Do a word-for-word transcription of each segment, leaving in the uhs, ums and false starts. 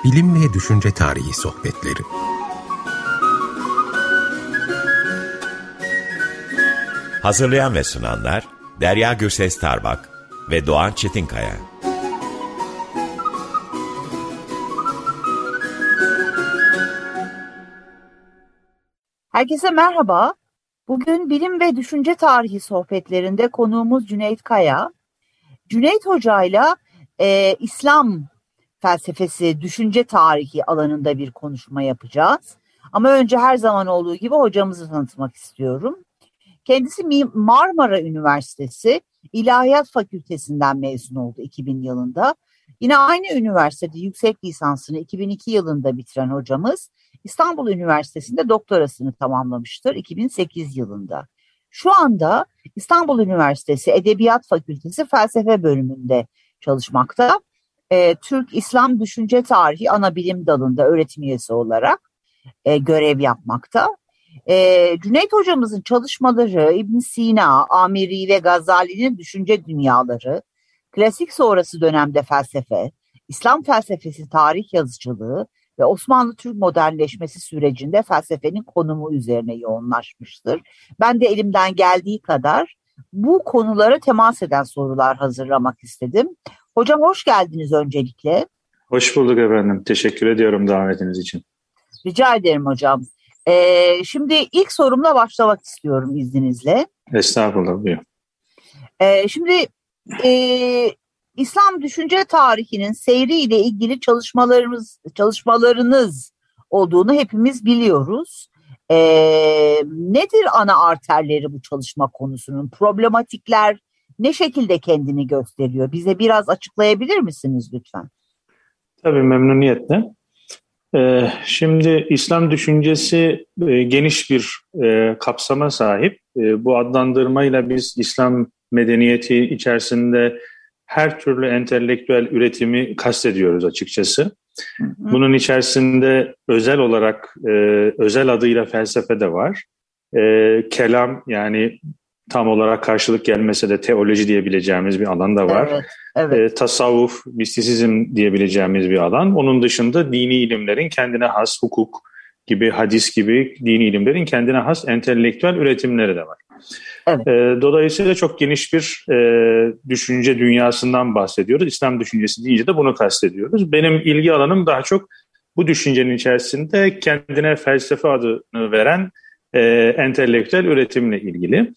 Bilim ve Düşünce Tarihi Sohbetleri. Hazırlayan ve sunanlar Derya Gürses Tarbak ve Doğan Çetinkaya. Herkese merhaba. Bugün Bilim ve Düşünce Tarihi Sohbetlerinde konuğumuz Cüneyt Kaya. Cüneyt Hoca'yla e, İslam felsefesi, düşünce tarihi alanında bir konuşma yapacağız. Ama önce her zaman olduğu gibi hocamızı tanıtmak istiyorum. Kendisi Marmara Üniversitesi İlahiyat Fakültesinden mezun oldu iki bin yılında. Yine aynı üniversitede yüksek lisansını iki bin iki yılında bitiren hocamız İstanbul Üniversitesi'nde doktorasını tamamlamıştır iki bin sekiz yılında. Şu anda İstanbul Üniversitesi Edebiyat Fakültesi Felsefe bölümünde çalışmakta. Ee, Türk İslam Düşünce Tarihi Anabilim Dalı'nda öğretim üyesi olarak e, görev yapmakta. Ee, Cüneyt hocamızın çalışmaları İbn Sina, Amiri ve Gazali'nin düşünce dünyaları, klasik sonrası dönemde felsefe, İslam felsefesi tarih yazıcılığı ve Osmanlı Türk modernleşmesi sürecinde felsefenin konumu üzerine yoğunlaşmıştır. Ben de elimden geldiği kadar bu konulara temas eden sorular hazırlamak istedim. Hocam hoş geldiniz öncelikle. Hoş bulduk efendim. Teşekkür ediyorum davetiniz için. Rica ederim hocam. Ee, şimdi ilk sorumla başlamak istiyorum izninizle. Estağfurullah, buyurun. Ee, şimdi e, İslam düşünce tarihinin seyriyle ilgili çalışmalarımız, çalışmalarınız olduğunu hepimiz biliyoruz. Ee, nedir ana arterleri bu çalışma konusunun? Problematikler ne şekilde kendini gösteriyor? Bize biraz açıklayabilir misiniz lütfen? Tabii, memnuniyetle. Ee, şimdi İslam düşüncesi e, geniş bir e, kapsama sahip. E, bu adlandırmayla biz İslam medeniyeti içerisinde her türlü entelektüel üretimi kastediyoruz açıkçası. Hı hı. Bunun içerisinde özel olarak e, özel adıyla felsefe de var. E, kelam, yani tam olarak karşılık gelmese de teoloji diyebileceğimiz bir alan da var. Evet, evet. E, tasavvuf, mistisizm diyebileceğimiz bir alan. Onun dışında dini ilimlerin kendine has, hukuk gibi, hadis gibi dini ilimlerin kendine has entelektüel üretimleri de var. Evet. E, dolayısıyla çok geniş bir e, düşünce dünyasından bahsediyoruz. İslam düşüncesi deyince de bunu kastediyoruz. Benim ilgi alanım daha çok bu düşüncenin içerisinde kendine felsefe adını veren e, entelektüel üretimle ilgili.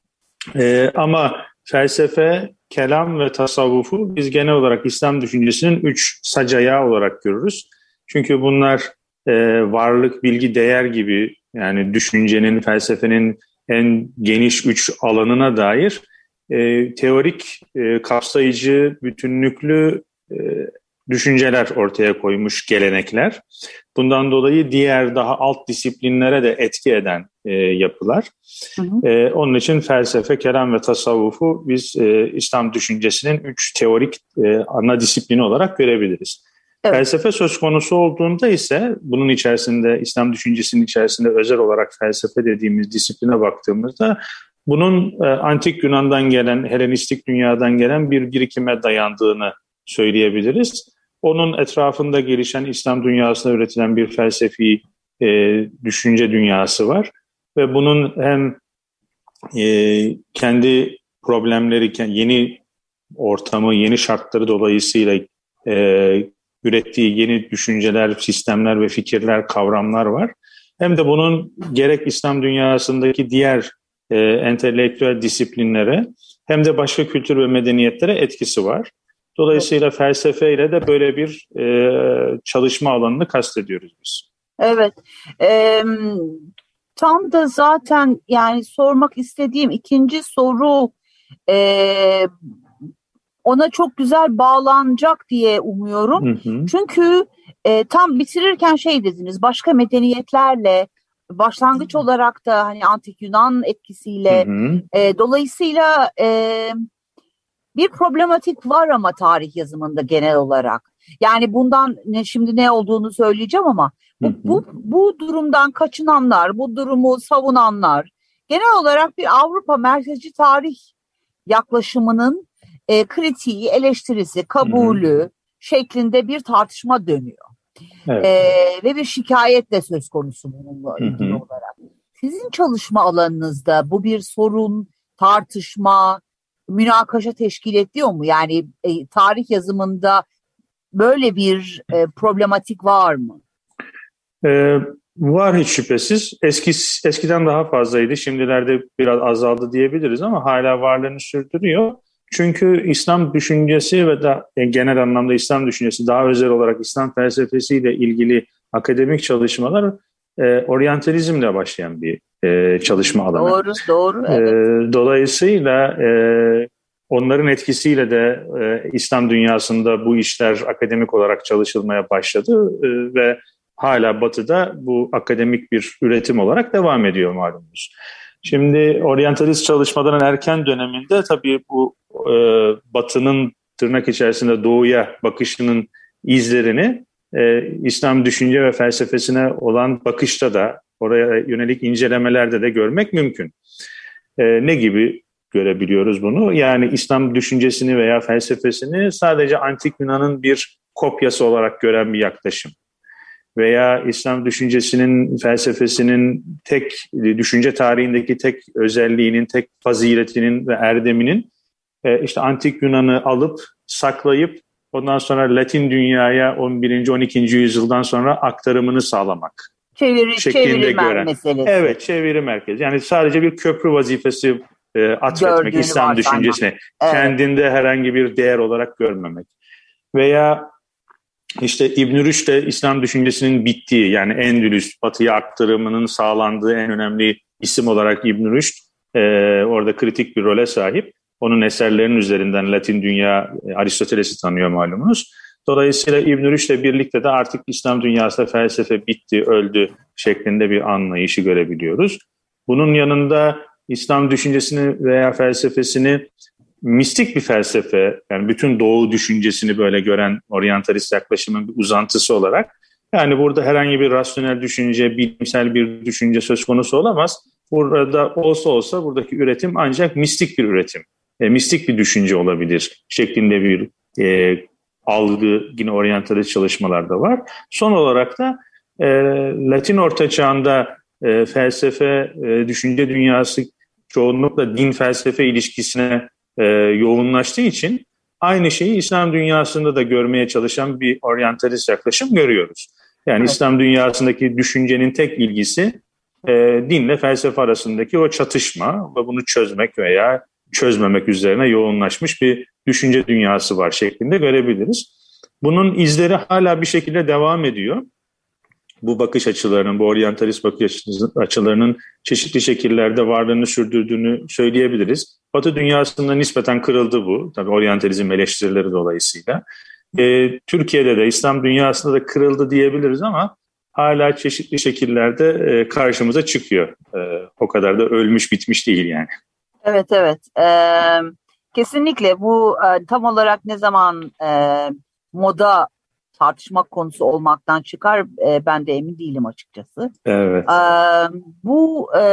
Ee, ama felsefe, kelam ve tasavvufu biz genel olarak İslam düşüncesinin üç sac ayağı olarak görürüz. Çünkü bunlar e, varlık, bilgi, değer gibi, yani düşüncenin, felsefenin en geniş üç alanına dair e, teorik, e, kapsayıcı, bütünlüklü e, düşünceler ortaya koymuş gelenekler. Bundan dolayı diğer daha alt disiplinlere de etki eden e, yapılar. Hı hı. E, onun için felsefe, kelam ve tasavvufu biz e, İslam düşüncesinin üç teorik e, ana disiplini olarak görebiliriz. Evet. Felsefe söz konusu olduğunda ise bunun içerisinde, İslam düşüncesinin içerisinde özel olarak felsefe dediğimiz disipline baktığımızda bunun e, antik Yunan'dan gelen, Helenistik dünyadan gelen bir birikime dayandığını söyleyebiliriz. Onun etrafında gelişen İslam dünyasında üretilen bir felsefi e, düşünce dünyası var. Ve bunun hem e, kendi problemleri, yeni ortamı, yeni şartları dolayısıyla e, ürettiği yeni düşünceler, sistemler ve fikirler, kavramlar var. Hem de bunun gerek İslam dünyasındaki diğer e, entelektüel disiplinlere hem de başka kültür ve medeniyetlere etkisi var. Dolayısıyla evet, felsefeyle de böyle bir e, çalışma alanını kastediyoruz biz. Evet. E, tam da zaten yani sormak istediğim ikinci soru e, ona çok güzel bağlanacak diye umuyorum. Hı hı. Çünkü e, tam bitirirken şey dediniz, başka medeniyetlerle başlangıç olarak da hani antik Yunan etkisiyle, hı hı. E, dolayısıyla e, bir problematik var ama tarih yazımında genel olarak. Yani bundan ne, şimdi ne olduğunu söyleyeceğim ama bu, hı hı. bu bu durumdan kaçınanlar, bu durumu savunanlar genel olarak bir Avrupa merkezci tarih yaklaşımının e, kritiği, eleştirisi, kabulü, hı hı. şeklinde bir tartışma dönüyor. Evet. E, ve bir şikayet de söz konusu bununla ilgili hı hı. olarak. Sizin çalışma alanınızda bu bir sorun, tartışma, münakaşa teşkil ediyor mu? Yani e, tarih yazımında böyle bir e, problematik var mı? Ee, var hiç şüphesiz. Eski, eskiden daha fazlaydı. Şimdilerde biraz azaldı diyebiliriz ama hala varlığını sürdürüyor. Çünkü İslam düşüncesi ve da genel anlamda İslam düşüncesi, daha özel olarak İslam felsefesiyle ilgili akademik çalışmalar e, oryantalizmle başlayan bir e, çalışma alanı. Doğru, doğru. Evet. E, dolayısıyla e, onların etkisiyle de e, İslam dünyasında bu işler akademik olarak çalışılmaya başladı e, ve hala Batı'da bu akademik bir üretim olarak devam ediyor malumunuz. Şimdi oryantalist çalışmaların erken döneminde tabii bu e, Batı'nın tırnak içerisinde Doğu'ya bakışının izlerini e, İslam düşünce ve felsefesine olan bakışta da, oraya yönelik incelemelerde de görmek mümkün. E, ne gibi görebiliyoruz bunu? Yani İslam düşüncesini veya felsefesini sadece Antik Yunan'ın bir kopyası olarak gören bir yaklaşım. Veya İslam düşüncesinin, felsefesinin tek, düşünce tarihindeki tek özelliğinin, tek faziletinin ve erdeminin işte Antik Yunan'ı alıp, saklayıp ondan sonra Latin dünyaya on birinci on ikinci yüzyıldan sonra aktarımını sağlamak. Çeviri, çeviri meselesi. Evet, çeviri merkezi. Yani sadece bir köprü vazifesi e, atfetmek Gördüğünü İslam düşüncesine. Evet. Kendinde herhangi bir değer olarak görmemek. Veya İşte İbn-i Rüşd de İslam düşüncesinin bittiği, yani Endülüs, Batı'ya aktarımının sağlandığı en önemli isim olarak İbn-i Rüşd e, orada kritik bir role sahip. Onun eserlerinin üzerinden Latin dünya e, Aristoteles'i tanıyor malumunuz. Dolayısıyla İbn-i Rüşd'le birlikte de artık İslam dünyasında felsefe bitti, öldü şeklinde bir anlayışı görebiliyoruz. Bunun yanında İslam düşüncesini veya felsefesini mistik bir felsefe, yani bütün Doğu düşüncesini böyle gören oryantalist yaklaşımın bir uzantısı olarak, yani burada herhangi bir rasyonel düşünce, bilimsel bir düşünce söz konusu olamaz. Burada olsa olsa buradaki üretim ancak mistik bir üretim, e, mistik bir düşünce olabilir şeklinde bir e, algı yine oryantalist çalışmalarda var. Son olarak da e, Latin Orta Çağ'ında e, felsefe, e, düşünce dünyası çoğunlukla din felsefe ilişkisine E, yoğunlaştığı için aynı şeyi İslam dünyasında da görmeye çalışan bir oryantalist yaklaşım görüyoruz. Yani evet. İslam dünyasındaki düşüncenin tek ilgisi e, dinle felsefe arasındaki o çatışma ve bunu çözmek veya çözmemek üzerine yoğunlaşmış bir düşünce dünyası var şeklinde görebiliriz. Bunun izleri hala bir şekilde devam ediyor. Bu bakış açılarının, bu oryantalist bakış açılarının çeşitli şekillerde varlığını sürdürdüğünü söyleyebiliriz. Batı dünyasında nispeten kırıldı bu, tabii oryantalizm eleştirileri dolayısıyla. Ee, Türkiye'de de, İslam dünyasında da kırıldı diyebiliriz ama hala çeşitli şekillerde e, karşımıza çıkıyor. E, o kadar da ölmüş bitmiş değil yani. Evet, evet. Ee, kesinlikle bu e, tam olarak ne zaman e, moda tartışmak konusu olmaktan çıkar, e, ben de emin değilim açıkçası. Evet. E, bu e,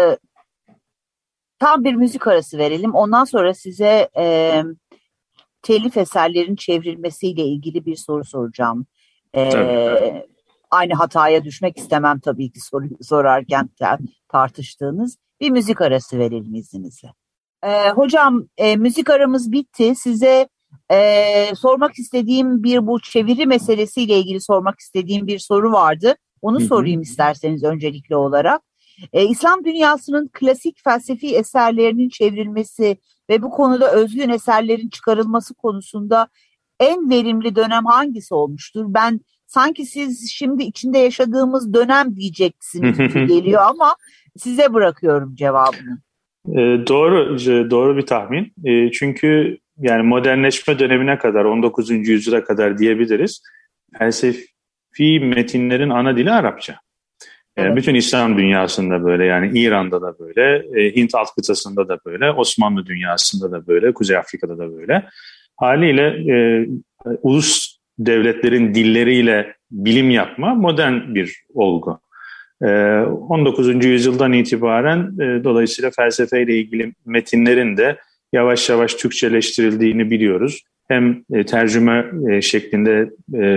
tam bir müzik arası verelim. Ondan sonra size e, telif eserlerin çevrilmesiyle ilgili bir soru soracağım. E, aynı hataya düşmek istemem tabii ki soru sorarken tartıştığınız. Bir müzik arası verelim izninizle. E, hocam e, müzik aramız bitti. Size Ee, sormak istediğim bir bu çeviri meselesiyle ilgili sormak istediğim bir soru vardı. Onu sorayım isterseniz öncelikli olarak. Ee, İslam dünyasının klasik felsefi eserlerinin çevrilmesi ve bu konuda özgün eserlerin çıkarılması konusunda en verimli dönem hangisi olmuştur? Ben sanki siz şimdi içinde yaşadığımız dönem diyeceksiniz gibi geliyor ama size bırakıyorum cevabını. Ee, doğru, doğru bir tahmin. Ee, çünkü yani modernleşme dönemine kadar, on dokuzuncu yüzyıla kadar diyebiliriz, felsefi metinlerin ana dili Arapça. Evet. Bütün İslam dünyasında böyle, yani İran'da da böyle, Hint alt kıtasında da böyle, Osmanlı dünyasında da böyle, Kuzey Afrika'da da böyle. Haliyle e, ulus devletlerin dilleriyle bilim yapma modern bir olgu. E, on dokuzuncu yüzyıldan itibaren e, dolayısıyla felsefeyle ilgili metinlerin de yavaş yavaş Türkçeleştirildiğini biliyoruz. Hem e, tercüme e, şeklinde e,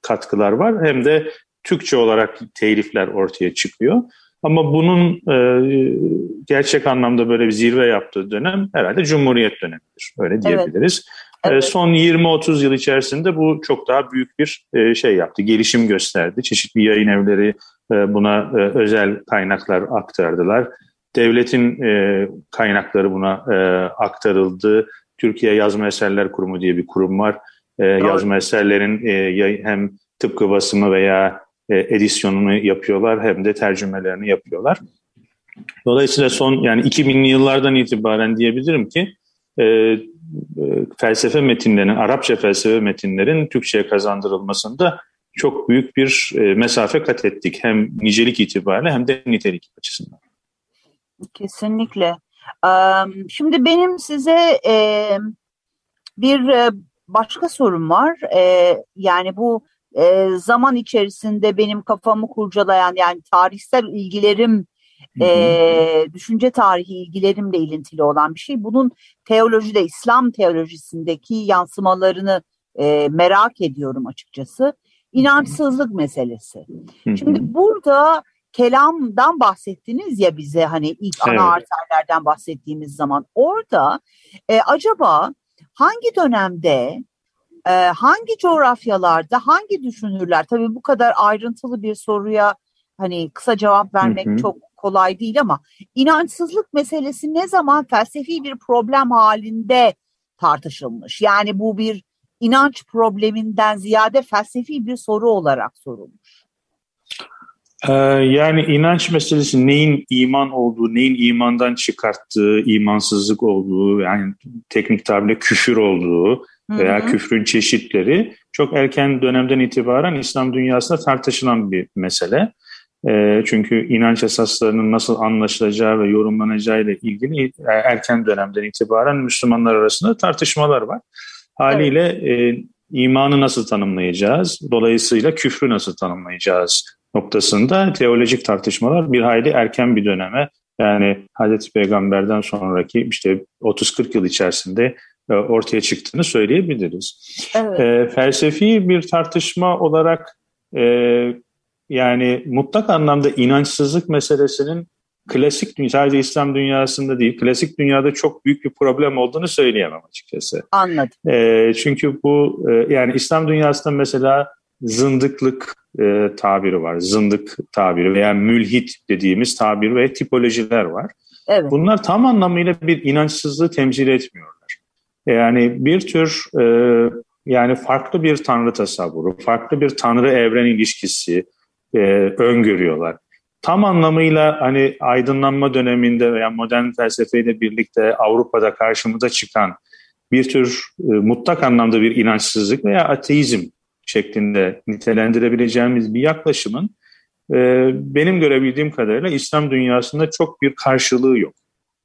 katkılar var hem de Türkçe olarak telifler ortaya çıkıyor. Ama bunun e, gerçek anlamda böyle bir zirve yaptığı dönem herhalde Cumhuriyet dönemidir. Öyle diyebiliriz. Evet. Evet. E, son yirmi otuz yıl içerisinde bu çok daha büyük bir e, şey yaptı. Gelişim gösterdi. Çeşitli yayın evleri e, buna e, özel kaynaklar aktardılar. Devletin e, kaynakları buna e, aktarıldı. Türkiye Yazma Eserler Kurumu diye bir kurum var. E, yazma eserlerin e, hem tıpkı basımı veya e, edisyonunu yapıyorlar hem de tercümelerini yapıyorlar. Dolayısıyla son yani iki binli yıllardan itibaren diyebilirim ki e, e, felsefe metinlerinin, Arapça felsefe metinlerin Türkçe'ye kazandırılmasında çok büyük bir e, mesafe kat ettik. Hem nicelik itibariyle hem de nitelik açısından. Kesinlikle. Şimdi benim size bir başka sorum var. Yani bu zaman içerisinde benim kafamı kurcalayan, yani tarihsel ilgilerim, hı hı. düşünce tarihi ilgilerimle ilintili olan bir şey. Bunun teolojide, İslam teolojisindeki yansımalarını merak ediyorum açıkçası. İnançsızlık meselesi. Hı hı. Şimdi burada kelamdan bahsettiniz ya bize, hani ilk evet. ana arterlerden bahsettiğimiz zaman orada e, acaba hangi dönemde, e, hangi coğrafyalarda, hangi düşünürler, tabii bu kadar ayrıntılı bir soruya hani kısa cevap vermek hı hı. çok kolay değil ama inançsızlık meselesi ne zaman felsefi bir problem halinde tartışılmış? Yani bu bir inanç probleminden ziyade felsefi bir soru olarak sorulmuş. Yani inanç meselesi neyin iman olduğu, neyin imandan çıkarttığı, imansızlık olduğu, yani teknik tabirle küfür olduğu veya hı hı. küfrün çeşitleri çok erken dönemden itibaren İslam dünyasında tartışılan bir mesele. Çünkü inanç esaslarının nasıl anlaşılacağı ve yorumlanacağı ile ilgili erken dönemden itibaren Müslümanlar arasında tartışmalar var. Haliyle evet. e, imanı nasıl tanımlayacağız, dolayısıyla küfrü nasıl tanımlayacağız noktasında teolojik tartışmalar bir hayli erken bir döneme, yani Hazreti Peygamber'den sonraki işte otuz kırk yıl içerisinde ortaya çıktığını söyleyebiliriz. Evet. E, felsefi bir tartışma olarak e, yani mutlak anlamda inançsızlık meselesinin klasik dünya, sadece İslam dünyasında değil, klasik dünyada çok büyük bir problem olduğunu söyleyemem açıkçası. Anladım. E, çünkü bu e, yani İslam dünyasında mesela zındıklık e, tabiri var. Zındık tabiri veya mülhit dediğimiz tabir ve tipolojiler var. Evet. Bunlar tam anlamıyla bir inançsızlığı temsil etmiyorlar. Yani bir tür e, yani farklı bir tanrı tasavvuru, farklı bir tanrı evren ilişkisi e, öngörüyorlar. Tam anlamıyla hani aydınlanma döneminde veya modern felsefeyle birlikte Avrupa'da karşımıza çıkan bir tür e, mutlak anlamda bir inançsızlık veya ateizm şeklinde nitelendirebileceğimiz bir yaklaşımın e, benim görebildiğim kadarıyla İslam dünyasında çok bir karşılığı yok.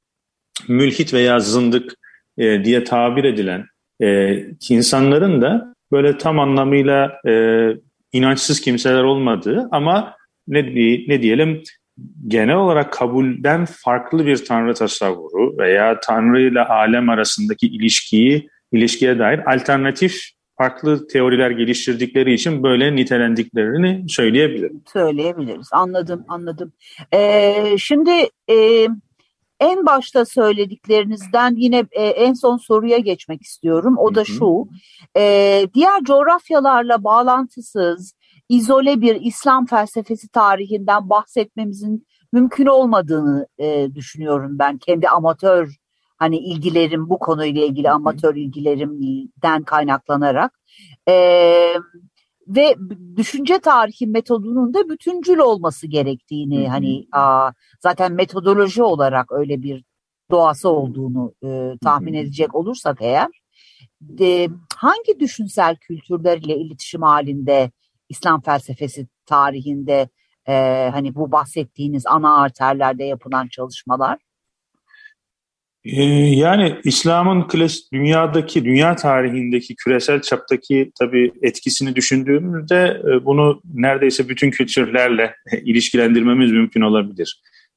Mülhit veya zındık e, diye tabir edilen e, insanların da böyle tam anlamıyla e, inançsız kimseler olmadığı ama ne, ne diyelim genel olarak kabulden farklı bir tanrı tasavvuru veya tanrı ile alem arasındaki ilişkiyi ilişkiye dair alternatif farklı teoriler geliştirdikleri için böyle nitelendiklerini söyleyebilirim. Söyleyebiliriz. Anladım, anladım. Ee, şimdi e, en başta söylediklerinizden yine e, en son soruya geçmek istiyorum. O da şu, e, diğer coğrafyalarla bağlantısız, izole bir İslam felsefesi tarihinden bahsetmemizin mümkün olmadığını e, düşünüyorum ben. Kendi amatör hani ilgilerim, bu konuyla ilgili amatör ilgilerimden kaynaklanarak. E, ve düşünce tarihi metodunun da bütüncül olması gerektiğini, hani a, zaten metodoloji olarak öyle bir doğası olduğunu e, tahmin edecek olursak eğer, de, hangi düşünsel kültürlerle iletişim halinde İslam felsefesi tarihinde e, hani bu bahsettiğiniz ana arterlerde yapılan çalışmalar? Ee, yani İslam'ın klas- dünyadaki, dünya tarihindeki küresel çaptaki tabii etkisini düşündüğümüzde e, bunu neredeyse bütün kültürlerle ilişkilendirmemiz mümkün olabilir.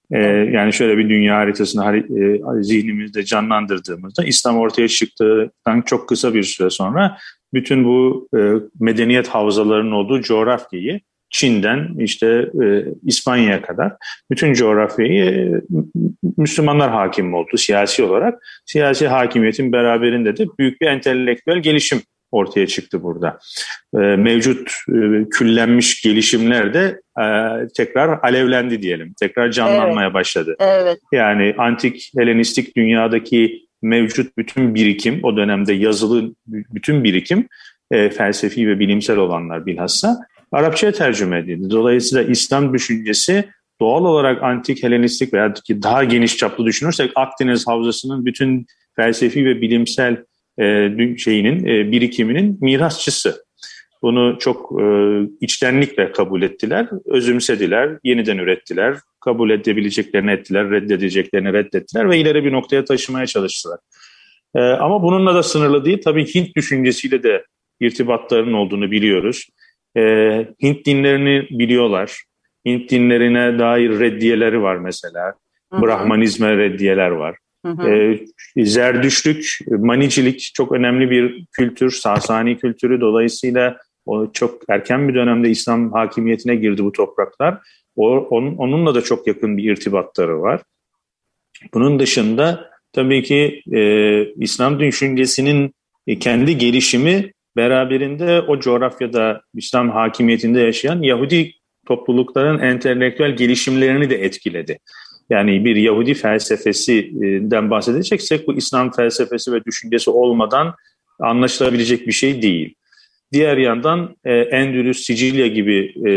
Ee, yani şöyle bir dünya haritasını e, zihnimizde canlandırdığımızda İslam ortaya çıktıktan çok kısa bir süre sonra bütün bu e, medeniyet havzalarının olduğu coğrafyayı, Çin'den işte e, İspanya'ya kadar bütün coğrafyayı e, Müslümanlar hakim oldu siyasi olarak. Siyasi hakimiyetin beraberinde de büyük bir entelektüel gelişim ortaya çıktı burada. E, mevcut e, küllenmiş gelişimler de e, tekrar alevlendi diyelim. Tekrar canlanmaya evet. başladı. Evet. Yani antik Helenistik dünyadaki mevcut bütün birikim, o dönemde yazılı bütün birikim, e, felsefi ve bilimsel olanlar bilhassa Arapçaya tercüme edildi. Dolayısıyla İslam düşüncesi doğal olarak antik Helenistik veya daha geniş çaplı düşünürsek Akdeniz Havzası'nın bütün felsefi ve bilimsel e, şeyinin e, birikiminin mirasçısı. Bunu çok e, içtenlikle kabul ettiler, özümsediler, yeniden ürettiler, kabul edebileceklerini ettiler, reddedeceklerini reddettiler ve ileri bir noktaya taşımaya çalıştılar. E, ama bununla da sınırlı değil. Tabii Hint düşüncesiyle de irtibatlarının olduğunu biliyoruz. E, Hint dinlerini biliyorlar. Hint dinlerine dair reddiyeleri var mesela. Hı hı. Brahmanizme reddiyeler var. Hı hı. E, Zerdüştlük, Manicilik çok önemli bir kültür, Sasani kültürü. Dolayısıyla o çok erken bir dönemde İslam hakimiyetine girdi bu topraklar. O, onun, onunla da çok yakın bir irtibatları var. Bunun dışında tabii ki e, İslam düşüncesinin e, kendi gelişimi beraberinde o coğrafyada İslam hakimiyetinde yaşayan Yahudi toplulukların entelektüel gelişimlerini de etkiledi. Yani bir Yahudi felsefesinden bahsedeceksek bu İslam felsefesi ve düşüncesi olmadan anlaşılabilecek bir şey değil. Diğer yandan e, Endülüs, Sicilya gibi e,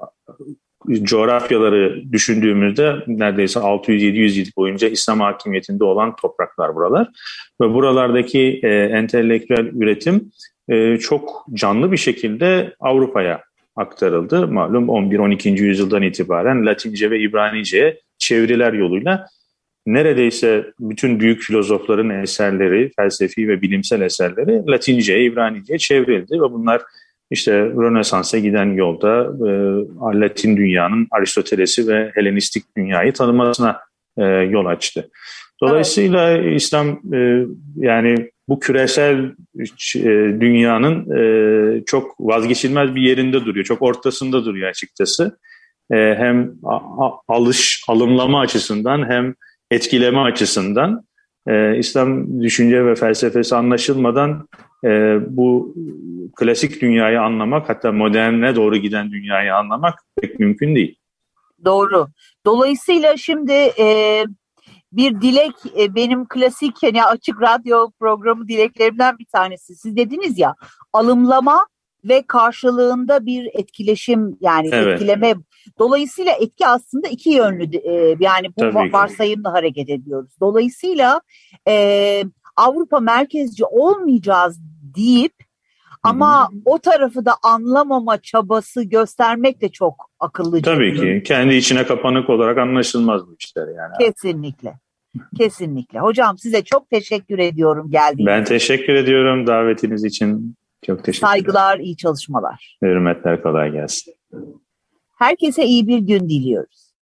coğrafyaları düşündüğümüzde neredeyse altı yüz yedi yüz yıl boyunca İslam hakimiyetinde olan topraklar buralar. Ve buralardaki e, entelektüel üretim e, çok canlı bir şekilde Avrupa'ya aktarıldı. Malum on bir on ikinci yüzyıldan itibaren Latince ve İbranice'ye çeviriler yoluyla neredeyse bütün büyük filozofların eserleri, felsefi ve bilimsel eserleri Latince'ye, İbranice'ye çevrildi ve bunlar işte Rönesans'a giden yolda e, Latin dünyanın Aristoteles'i ve Helenistik dünyayı tanımasına e, yol açtı. Dolayısıyla evet. İslam e, yani bu küresel e, dünyanın e, çok vazgeçilmez bir yerinde duruyor, çok ortasında duruyor açıkçası. E, hem a, a, alış, alımlama açısından hem etkileme açısından e, İslam düşünce ve felsefesi anlaşılmadan e, bu klasik dünyayı anlamak, hatta moderne doğru giden dünyayı anlamak pek mümkün değil. Doğru. Dolayısıyla şimdi e, bir dilek, e, benim klasik hani açık radyo programı dileklerimden bir tanesi. Siz dediniz ya, alımlama ve karşılığında bir etkileşim, yani evet. etkileme. Dolayısıyla etki aslında iki yönlü, e, yani bu Tabii varsayımla ki. hareket ediyoruz. Dolayısıyla e, Avrupa merkezci olmayacağız deyip ama Hı-hı. o tarafı da anlamama çabası göstermek de çok akıllıca. Tabii ki. Kendi içine kapanık olarak anlaşılmaz bu işler yani. Kesinlikle. Kesinlikle. Hocam size çok teşekkür ediyorum geldiğiniz Ben teşekkür ediyorum davetiniz için. Çok teşekkür ederim. Saygılar, iyi çalışmalar. Hürmetler, kolay gelsin. Herkese iyi bir gün diliyoruz.